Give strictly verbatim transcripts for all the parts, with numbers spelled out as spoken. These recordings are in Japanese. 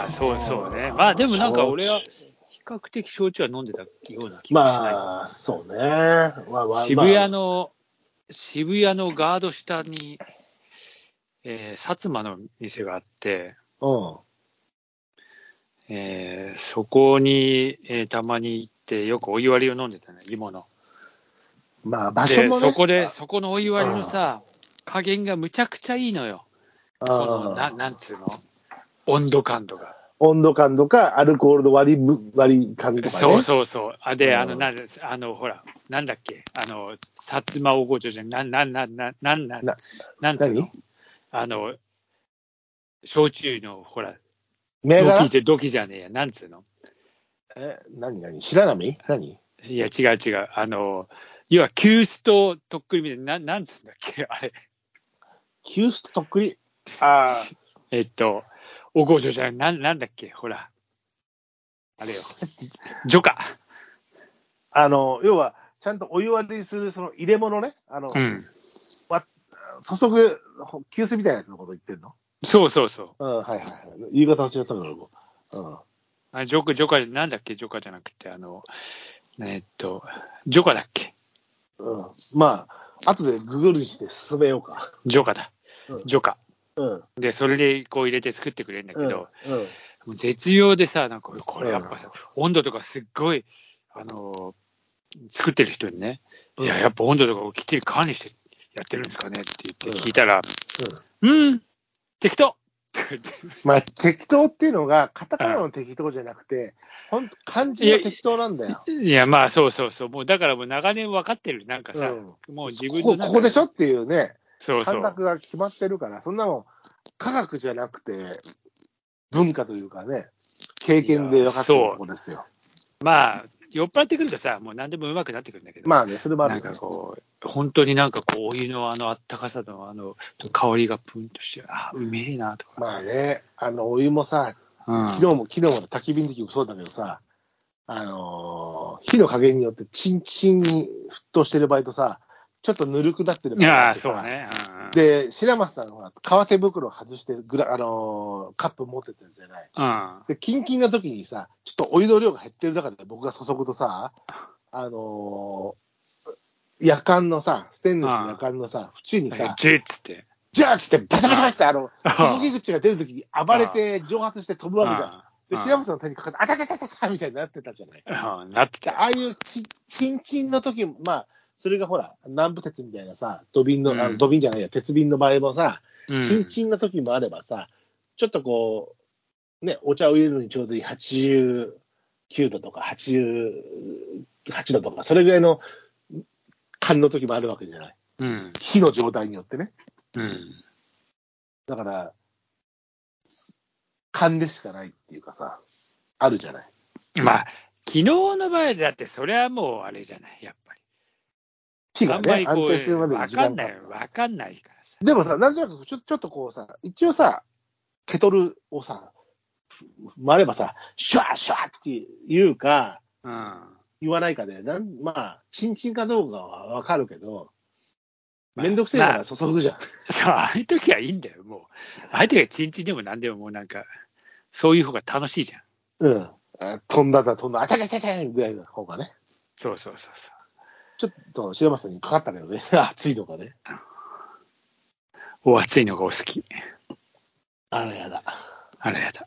まあ、そうそうね。まあ、でもなんか俺は比較的焼酎は飲んでたような気がしない。 まあ、そうね。まあまあ、 渋谷の、渋谷のガード下に、えー、薩摩の店があって、 うん。 えー、そこに、えー、たまに行って、よくお湯割りを飲んでたね、芋の。 まあ、場所もね。 で、そこで、そこのお湯割りのさ、加減がむちゃくちゃいいのよ。この、ななんつうの温度感とか。 温度感とか、アルコールの割り割り感とかね。 そうそうそう。あで、 うん、 あの、なんあの、ほら、なんだっけ、あの、薩摩おごちょじゃん、なん、なん、なん、なん、なん、なん、なんつうのあの、焼酎の、ほら、ドキじゃ、ドキじゃねえや、なんつうのえ、何何白波何いや、違う違う。あの、要は、急須ととっくりみたいな、ななんつうんだっけ、あれ。 急須ととっくりああ。 えっと、おごちょじゃん、なん、なんだっけ、ほら。あれよ。ジョカ。 あの、要は、ちゃんとお湯割りする、その入れ物ね。あの、 うん。 わ注ぐ、急須みたいなやつのこと言ってんのそうそうそう。 うん、はいはいはい。言い方違ったけど、うん。 あジョカ、ジョカ、なんだっけ、ジョカじゃなくて、あの、えっと、ジョカだっけ。 うん。まあ、後でググルにして進めようか。 ジョカだ。 うん、 ジョカ。 うん。 で、それでこう入れて作ってくれるんだけど、 うん。うん、 もう絶妙でさ、なんかこれやっぱさ、うん、温度とかすっごい、あのー、作ってる人にね、うん、いや、やっぱ温度とかをきっちり管理してやってるんですかねって言って聞いたら、うん、うん、適当まあ、適当っていうのが、カタカナの適当じゃなくて、本当漢字の適当なんだよ。 いや、いやまあ、そうそうそう。もうだからもう長年分かってる。なんかさ、うん、もう自分の中でここ、ここでしょっていうね、 そうそう感覚が決まってるから、そんなもん、科学じゃなくて、文化というかね、経験で分かってるとこですよ。 まあ、酔っ払ってくるとさ、もう何でも上手くなってくるんだけど、 まあね、それもある、 ね、なんかこう、本当になんかこう、お湯のあのあったかさのあの香りがプンとして、あ、うめえなとか。 まあね、あの、お湯もさ、うん、昨日も、昨日も焚き火の時もそうだけどさ、あのー、火の加減によってチンチンに沸騰してる場合とさ、ちょっとぬるくなってる場合があってさ、 そうね、うんうん、 で、白松さんは革手袋を外してグラ、あのー、カップ持ってたんじゃない、うん、で、キンキンな時にさ、ちょっとお湯の量が減ってる中で僕が注ぐとさ、あのー、夜間のさ、ステンレスの夜間のさ、縁にさ、 ジュッつって、 ジュッつってバチャバチャってあの、注ぎ口が出る時に暴れて蒸発して飛ぶわけじゃん。で、白松さんの手にかかって、あちゃちゃちゃちゃちゃみたいになってたじゃない。 うん、なってた。 ああいうち、ちんちんの時も、まあ、それがほら、南部鉄みたいなさ、土瓶の、うん、あの土瓶じゃないや、鉄瓶の場合もさ、ちんちんの時もあればさ、ちょっとこう、ね、お茶を入れるのにちょうどいいはちじゅうきゅうどとかはちじゅうはちどとか、それぐらいの缶の時もあるわけじゃない。うん、火の状態によってね。うん、だから、勘でしかないっていうかさ、あるじゃない。 まあ、昨日の場合だって、それはもうあれじゃない、やっぱり。 火がね、安定するまでに時間かかる。 わかんない、わかんないからさ。 でもさ、なんとなくちょ、ちょっとこうさ、一応さ、ケトルをさ、回ればさ、シュワーシュワーって言うか、うん、言わないかで、なんまあ、チンチンかどうかはわかるけど、めんどくせえから注ぐじゃん。まあ、 そう、ああいう時はいいんだよ、もう。ああいう時はチンチンでもなんでももうなんか、そういう方が楽しいじゃん。 うん。飛んだざ飛んだ、あちゃちゃちゃちゃぐらいの方がね。 そうそうそうそう。 ちょっと白松さんにかかったけどね。熱いのがね。 お熱いのがお好き。 あらやだ。 あらやだ。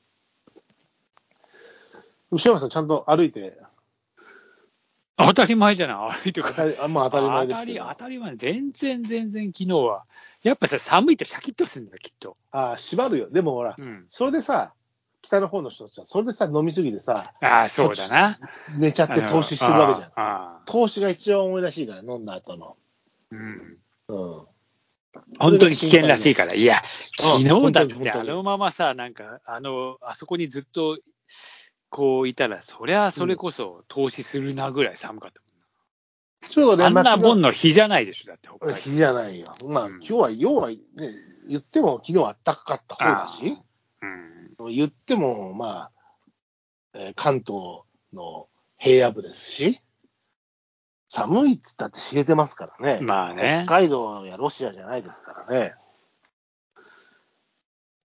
白松さんちゃんと歩いて。 当たり前じゃない、歩いてから。あ、まあ当たり前ですけど。 当たり、当たり前。全然全然昨日は。やっぱさ、寒いとシャキッとするんだ、きっと。 ああ、縛るよ。でもほら、うん、それでさ、北の方の人たちは、それでさ、飲みすぎてさ、 ああ、そうだな。 寝ちゃって投資してるわけじゃん。投資が一番重いらしいから、飲んだ後の。うん。うん。 本当に危険らしいから。いや、昨日だってあのままさ、なんか、あの、あそこにずっと、こういたら、そりゃそれこそ投資するなぐらい寒かったもんな。うん、そうね。あんなもんの日じゃないでしょ、だって北海道。日じゃないよ。まあ、うん、今日は、要はね、言っても昨日は暖かかった方だし、うん、言っても、まあ、えー、関東の平野部ですし、寒いっつったって知れてますからね。 まあね。 北海道やロシアじゃないですからね。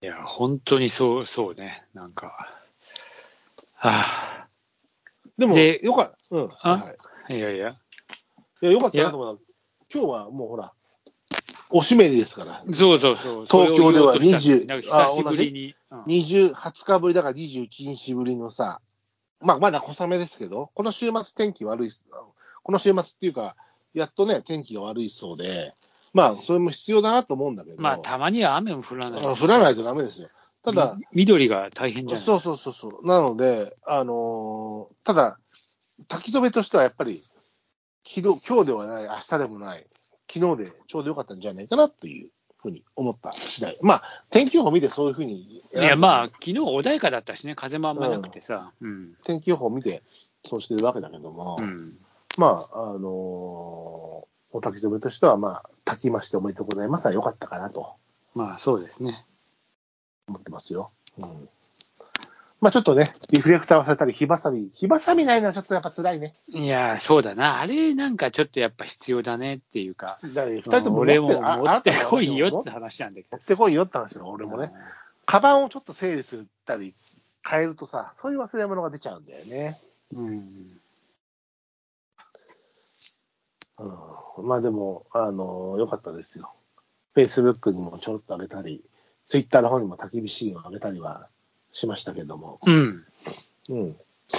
いや、本当にそう、そうね。なんか、はあ。 でも、 でよかった。うん。 あ、 はい。 いやいや。 いや、よかったなと思った。今日はもうほら、おしめりですから。 そうそうそう。 東京ではそれを言おうとしたんだよにじゅう、 なんか久しぶりに。うんにじゅう、はつかぶりだからにじゅういちにちぶりのさ、まあ、まだ小雨ですけど、この週末天気悪い、この週末っていうか、やっとね、天気が悪いそうで、まあ、それも必要だなと思うんだけど、 まあ、たまには雨も降らないと降らないとダメですよ。ただ、 緑が大変じゃない。 そうそうそうそう。なので、あのーただ、炊き止めとしてはやっぱり、昨日、今日ではない、明日でもない、昨日でちょうどよかったんじゃないかなというふうに思った次第。まあ、天気予報見てそういうふうに。いや、まあ、昨日穏やかだったしね、風もあんまなくてさ。うん、 天気予報見て、そうしてるわけだけども、うん、まあ、あのー、お炊き止めとしては、まあ、炊きましておめでとうございますはよかったかなと。 まあ、そうですね。 思ってますよ。うん。まあちょっとね、リフレクターをされたり、火ばさみ、火ばさみないのはちょっとやっぱ辛いね。 いや、そうだな。あれなんかちょっとやっぱ必要だねっていうか。 二人とも俺も持ってこいよって話なんだけど。 持ってこいよって話だ俺もね。カバンをちょっと整理するたり変えるとさ、そういう忘れ物が出ちゃうんだよね。うん。うん、まあでも、あの、良かったですよ。Facebook にもちょろっと上げたり、Twitter の方にも焚き火シーンを上げたりはしましたけども。 うん。 うん。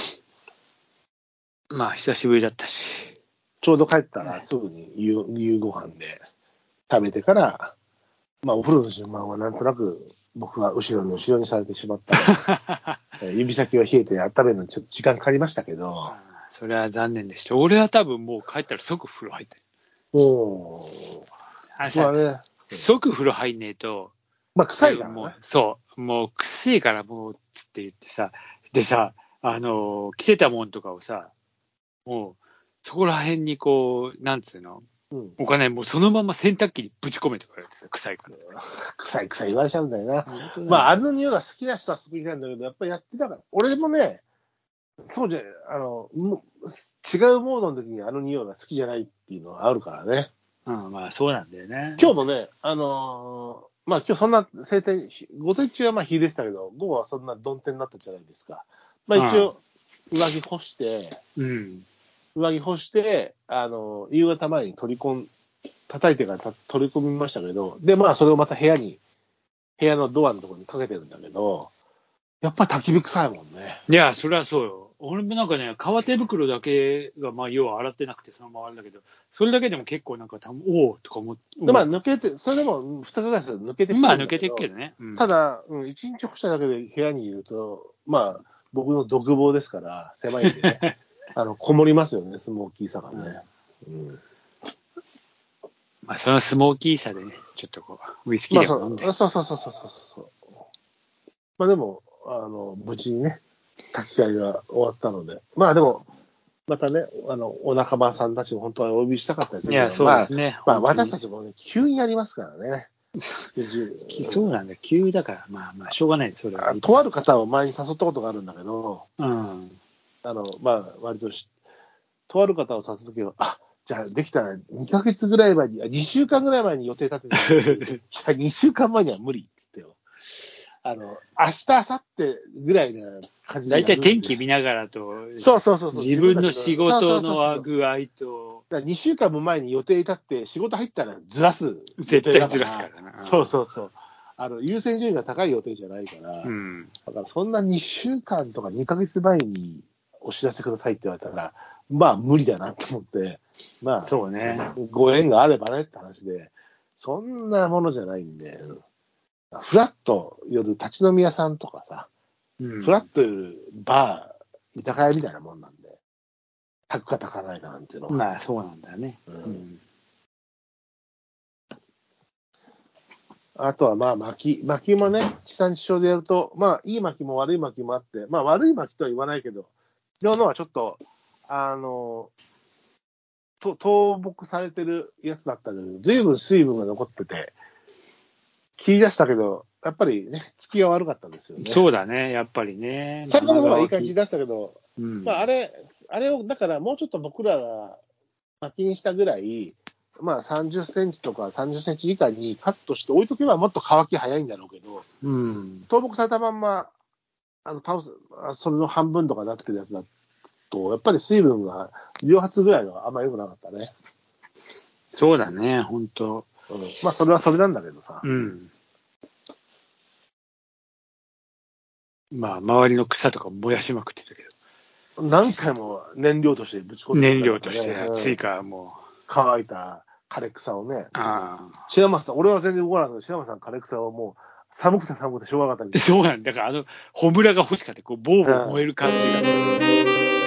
まあ、久しぶりだったし。 ちょうど帰ったらすぐに夕、夕ご飯で食べてから、まあ、お風呂の順番はなんとなく僕は後ろに後ろにされてしまったので、指先は冷えて温めるのにちょっと時間かかりましたけど。 それは残念でした。俺は多分もう帰ったら即風呂入ってる。 おー。 あさ、まあね、即風呂入んねえと、 まあ、臭いからね。 もうそう、もう臭いからもう、つって言ってさ、でさ、あの、着てたもんとかをさ、もう、そこら辺にこう、なんつうの、うん、お金もうそのまま洗濯機にぶち込めとか言われてさ、臭いから。 臭い臭い言われちゃうんだよな。まあ、あの匂いが好きな人は好きなんだけど、やっぱりやってたから。俺もね、そうじゃ、あの、違うモードの時にあの匂いが好きじゃないっていうのはあるからね。 うん、まあそうなんだよね。 今日もね、あのー、まあ今日そんな晴天、午前中はまあ日でしたけど、午後はそんな曇天になったじゃないですか。まあ一応、上着干して、うん、上着干して、あのー、夕方前に取り込ん、叩いてから取り込みましたけど、で、まあそれをまた部屋に、部屋のドアのところにかけてるんだけど、やっぱり焚き火臭いもんね。 いや、それはそうよ。俺もなんかね、革手袋だけが、まあ、要は洗ってなくて、そのままあれだけど、それだけでも結構なんか、おおとか思って。 で、まあ、抜けて、それでもふつかぐらいすると抜けてくるんだけど。 まあ、抜けてくけどね。 うん、ただ、うん、いちにち干しただけで部屋にいると、まあ、僕の独房ですから、狭いんでね、あの、こもりますよね、スモーキーさがね。うん。 まあ、そのスモーキーさでね、ちょっとこう、ウイスキーでも飲んで。 まあ、そうそうそうそうそうそう。まあ、でも、あの、無事にね、炊き会が終わったので、まあでも、またね、あの、お仲間さんたちも本当はお呼びしたかったですけど、 いや、そうですね。 まあ、まあ、私たちもね、急にやりますからね。スケジュール。そうなんだ、急だから、まあまあ、しょうがないです、それは。 とある方を前に誘ったことがあるんだけど、 うん。 あの、まあ、割とし、とある方を誘ったときは、あ、じゃあ、できたらにかげつぐらい前に、にしゅうかんぐらい前に予定立てて、いや、にしゅうかんまえには無理っつってよ。あの、明日、明後日ぐらいな感じで。 大体天気見ながらと、 そうそうそうそう。 自分の仕事の具合と。 だにしゅうかんも前に予定立って、仕事入ったらずらす。 絶対ずらすからな。 そうそうそう。あの、優先順位が高い予定じゃないから。うん。だからそんなにしゅうかんとかにかげつまえにお知らせくださいって言われたら、まあ無理だなと思って、まあ、 そうね。 ご縁があればねって話で、そんなものじゃないんで。フラッと夜立ち飲み屋さんとかさ、うん、フラッと夜バー、居酒屋みたいなもんなんで、炊くか炊かないかなんていうのは。 まあそうなんだね。うんうん、 あとはまあ薪、薪もね、地産地消でやると、まあいい薪も悪い薪もあって、まあ悪い薪とは言わないけど、昨日のはちょっと、あの、と倒木されてるやつだったんだけど、随分水分が残ってて、切り出したけど、やっぱりね、付きが悪かったんですよね。 そうだね、やっぱりね。 最後の方はいい感じ出したけど、 うん、 まあ、あれ、あれを、だからもうちょっと僕らが薪にしたぐらい、 まあさんじゅっセンチとかさんじゅっセンチ以下にカットして置いとけばもっと乾き早いんだろうけど、 うん。 倒木されたまんま、あの、倒す、それの半分とかなってるやつだと、やっぱり水分が蒸発ぐらいはあんま良くなかったね。 そうだね、ほんと。 うん、まあそれはそれなんだけどさ。 うん。まあ、周りの草とか燃やしまくってたけど。 何回も燃料としてぶち込んで、 ね、燃料として、 うん、 追加もう。 乾いた枯れ草をね。 ああ。 白松さん、俺は全然動かなかったけど、白松さん枯れ草はもう寒くて寒くてしょうがなかったみたいな。 そうなんだ。だからあの、ほむらが欲しかった。こう、ボーボー燃える感じが。